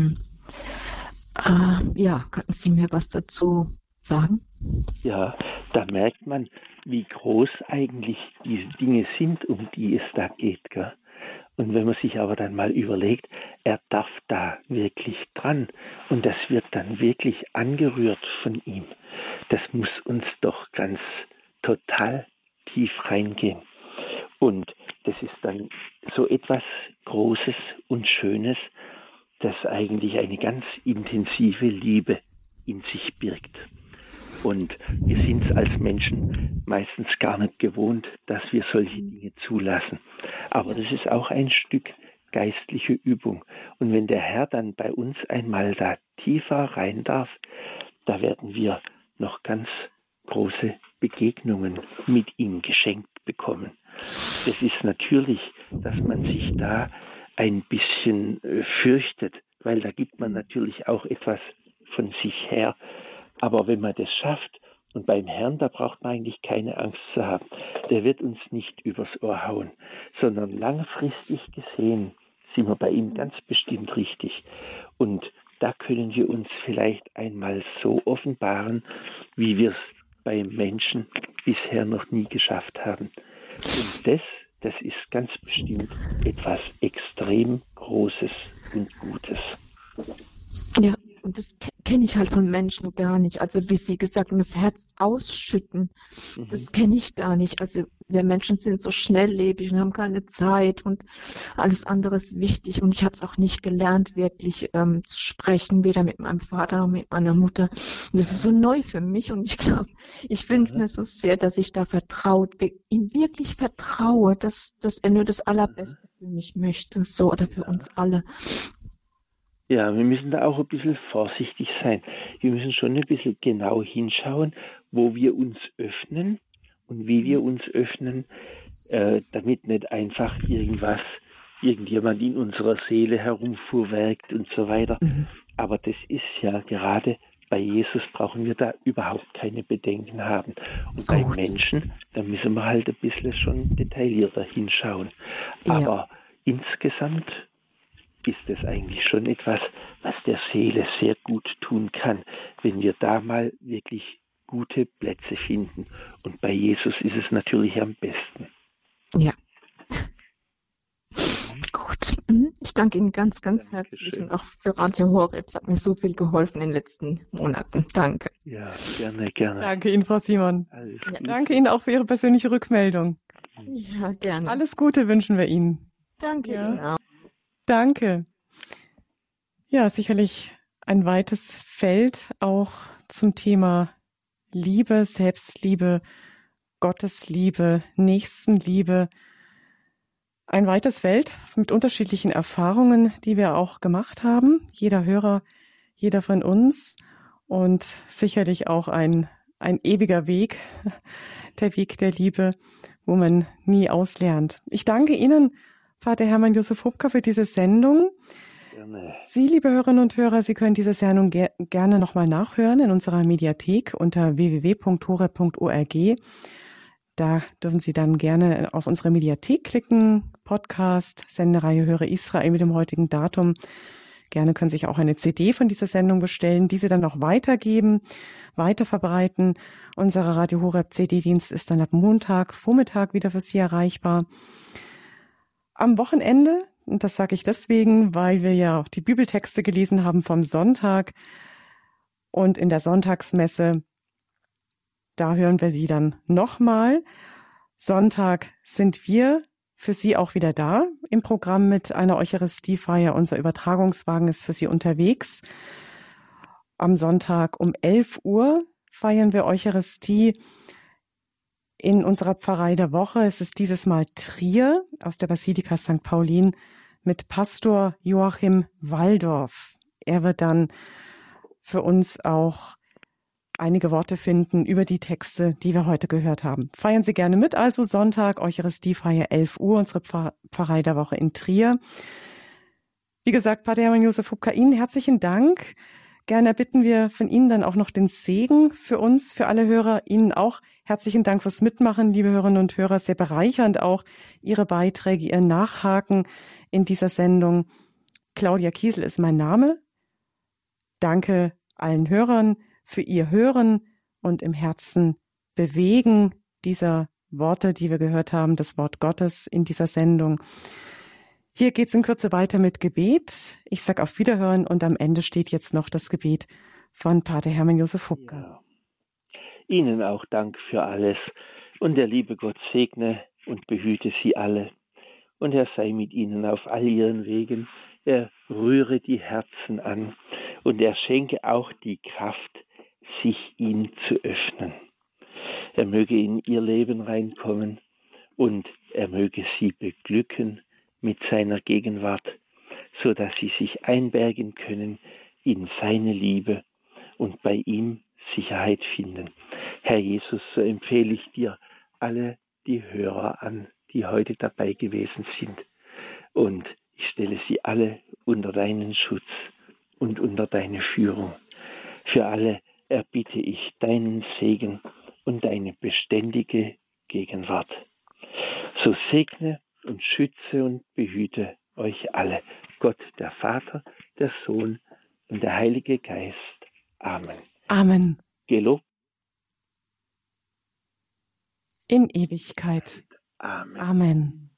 Könnten Sie mir was dazu sagen? Ja, da merkt man, wie groß eigentlich diese Dinge sind, um die es da geht. Gell? Und wenn man sich aber dann mal überlegt, er darf da wirklich dran und das wird dann wirklich angerührt von ihm, das muss uns doch ganz total tief reingehen. Und das ist dann so etwas Großes und Schönes, das eigentlich eine ganz intensive Liebe in sich birgt. Und wir sind es als Menschen meistens gar nicht gewohnt, dass wir solche Dinge zulassen. Aber das ist auch ein Stück geistliche Übung. Und wenn der Herr dann bei uns einmal da tiefer rein darf, da werden wir noch ganz große Begegnungen mit ihm geschenkt bekommen. Es ist natürlich, dass man sich da ein bisschen fürchtet, weil da gibt man natürlich auch etwas von sich her. Aber wenn man das schafft, und beim Herrn, da braucht man eigentlich keine Angst zu haben, der wird uns nicht übers Ohr hauen, sondern langfristig gesehen sind wir bei ihm ganz bestimmt richtig. Und da können wir uns vielleicht einmal so offenbaren, wie wir es bei Menschen bisher noch nie geschafft haben. Und das ist ganz bestimmt etwas extrem Großes und Gutes. Ja, und das kenne ich halt von Menschen gar nicht. Also wie Sie gesagt haben, das Herz ausschütten, das kenne ich gar nicht. Also wir Menschen sind so schnelllebig und haben keine Zeit und alles andere ist wichtig. Und ich habe es auch nicht gelernt, wirklich zu sprechen, weder mit meinem Vater noch mit meiner Mutter. Und das ist so neu für mich und ich glaube, ich wünsche mir so sehr, dass ich da ihm wirklich vertraue, dass er nur das Allerbeste für mich möchte, so oder für uns alle. Ja, wir müssen da auch ein bisschen vorsichtig sein. Wir müssen schon ein bisschen genau hinschauen, wo wir uns öffnen und wie wir uns öffnen, damit nicht einfach irgendjemand in unserer Seele herumfuhrwerkt und so weiter. Aber das ist ja gerade bei Jesus brauchen wir da überhaupt keine Bedenken haben. Und bei Menschen, da müssen wir halt ein bisschen schon detaillierter hinschauen. Aber insgesamt ist es eigentlich schon etwas, was der Seele sehr gut tun kann, wenn wir da mal wirklich gute Plätze finden. Und bei Jesus ist es natürlich am besten. Ja. Gut. Ich danke Ihnen ganz, ganz herzlich und auch für Radio Horeb. Es hat mir so viel geholfen in den letzten Monaten. Danke. Ja, gerne. Danke Ihnen, Frau Simon. Ja. Danke Ihnen auch für Ihre persönliche Rückmeldung. Ja, gerne. Alles Gute wünschen wir Ihnen. Danke Ihnen auch. Danke. Ja, sicherlich ein weites Feld auch zum Thema Liebe, Selbstliebe, Gottesliebe, Nächstenliebe. Ein weites Feld mit unterschiedlichen Erfahrungen, die wir auch gemacht haben. Jeder Hörer, jeder von uns und sicherlich auch ein ewiger Weg, der Weg der Liebe, wo man nie auslernt. Ich danke Ihnen, Pater Hermann Josef Hubka, für diese Sendung. Gerne. Sie, liebe Hörerinnen und Hörer, Sie können diese Sendung gerne nochmal nachhören in unserer Mediathek unter www.horeb.org. Da dürfen Sie dann gerne auf unsere Mediathek klicken, Podcast, Sendereihe Höre Israel mit dem heutigen Datum. Gerne können Sie sich auch eine CD von dieser Sendung bestellen, diese dann auch weitergeben, weiterverbreiten. Unser Radio Horeb CD-Dienst ist dann ab Montag, Vormittag wieder für Sie erreichbar. Am Wochenende, und das sage ich deswegen, weil wir ja auch die Bibeltexte gelesen haben vom Sonntag und in der Sonntagsmesse, da hören wir Sie dann nochmal. Sonntag sind wir für Sie auch wieder da im Programm mit einer Eucharistiefeier. Unser Übertragungswagen ist für Sie unterwegs. Am Sonntag um 11 Uhr feiern wir Eucharistie in unserer Pfarrei der Woche. Es ist dieses Mal Trier aus der Basilika St. Paulin mit Pastor Joachim Walldorf. er wird dann für uns auch einige Worte finden über die Texte, die wir heute gehört haben. Feiern Sie gerne mit, also Sonntag, Eucharistiefeier 11 Uhr, unsere Pfarrei der Woche in Trier. Wie gesagt, Pater Hermann Josef Hupka, Ihnen herzlichen Dank. Gerne erbitten wir von Ihnen dann auch noch den Segen für uns, für alle Hörer. Ihnen auch herzlichen Dank fürs Mitmachen, liebe Hörerinnen und Hörer. Sehr bereichernd auch Ihre Beiträge, Ihr Nachhaken in dieser Sendung. Claudia Kiesel ist mein Name. Danke allen Hörern für Ihr Hören und im Herzen bewegen dieser Worte, die wir gehört haben, das Wort Gottes in dieser Sendung. Hier geht's in Kürze weiter mit Gebet. Ich sag auf Wiederhören und am Ende steht jetzt noch das Gebet von Pater Hermann Josef Hupka. Ja. Ihnen auch Dank für alles und der liebe Gott segne und behüte Sie alle und er sei mit Ihnen auf all Ihren Wegen. Er rühre die Herzen an und er schenke auch die Kraft, sich ihm zu öffnen. Er möge in Ihr Leben reinkommen und er möge Sie beglücken mit seiner Gegenwart, so dass Sie sich einbergen können in seine Liebe und bei ihm Sicherheit finden. Herr Jesus, so empfehle ich dir alle die Hörer an, die heute dabei gewesen sind. Und ich stelle sie alle unter deinen Schutz und unter deine Führung. Für alle erbitte ich deinen Segen und deine beständige Gegenwart. So segne und schütze und behüte euch alle. Gott, der Vater, der Sohn und der Heilige Geist. Amen. Amen. Gelobt in Ewigkeit. Amen. Amen.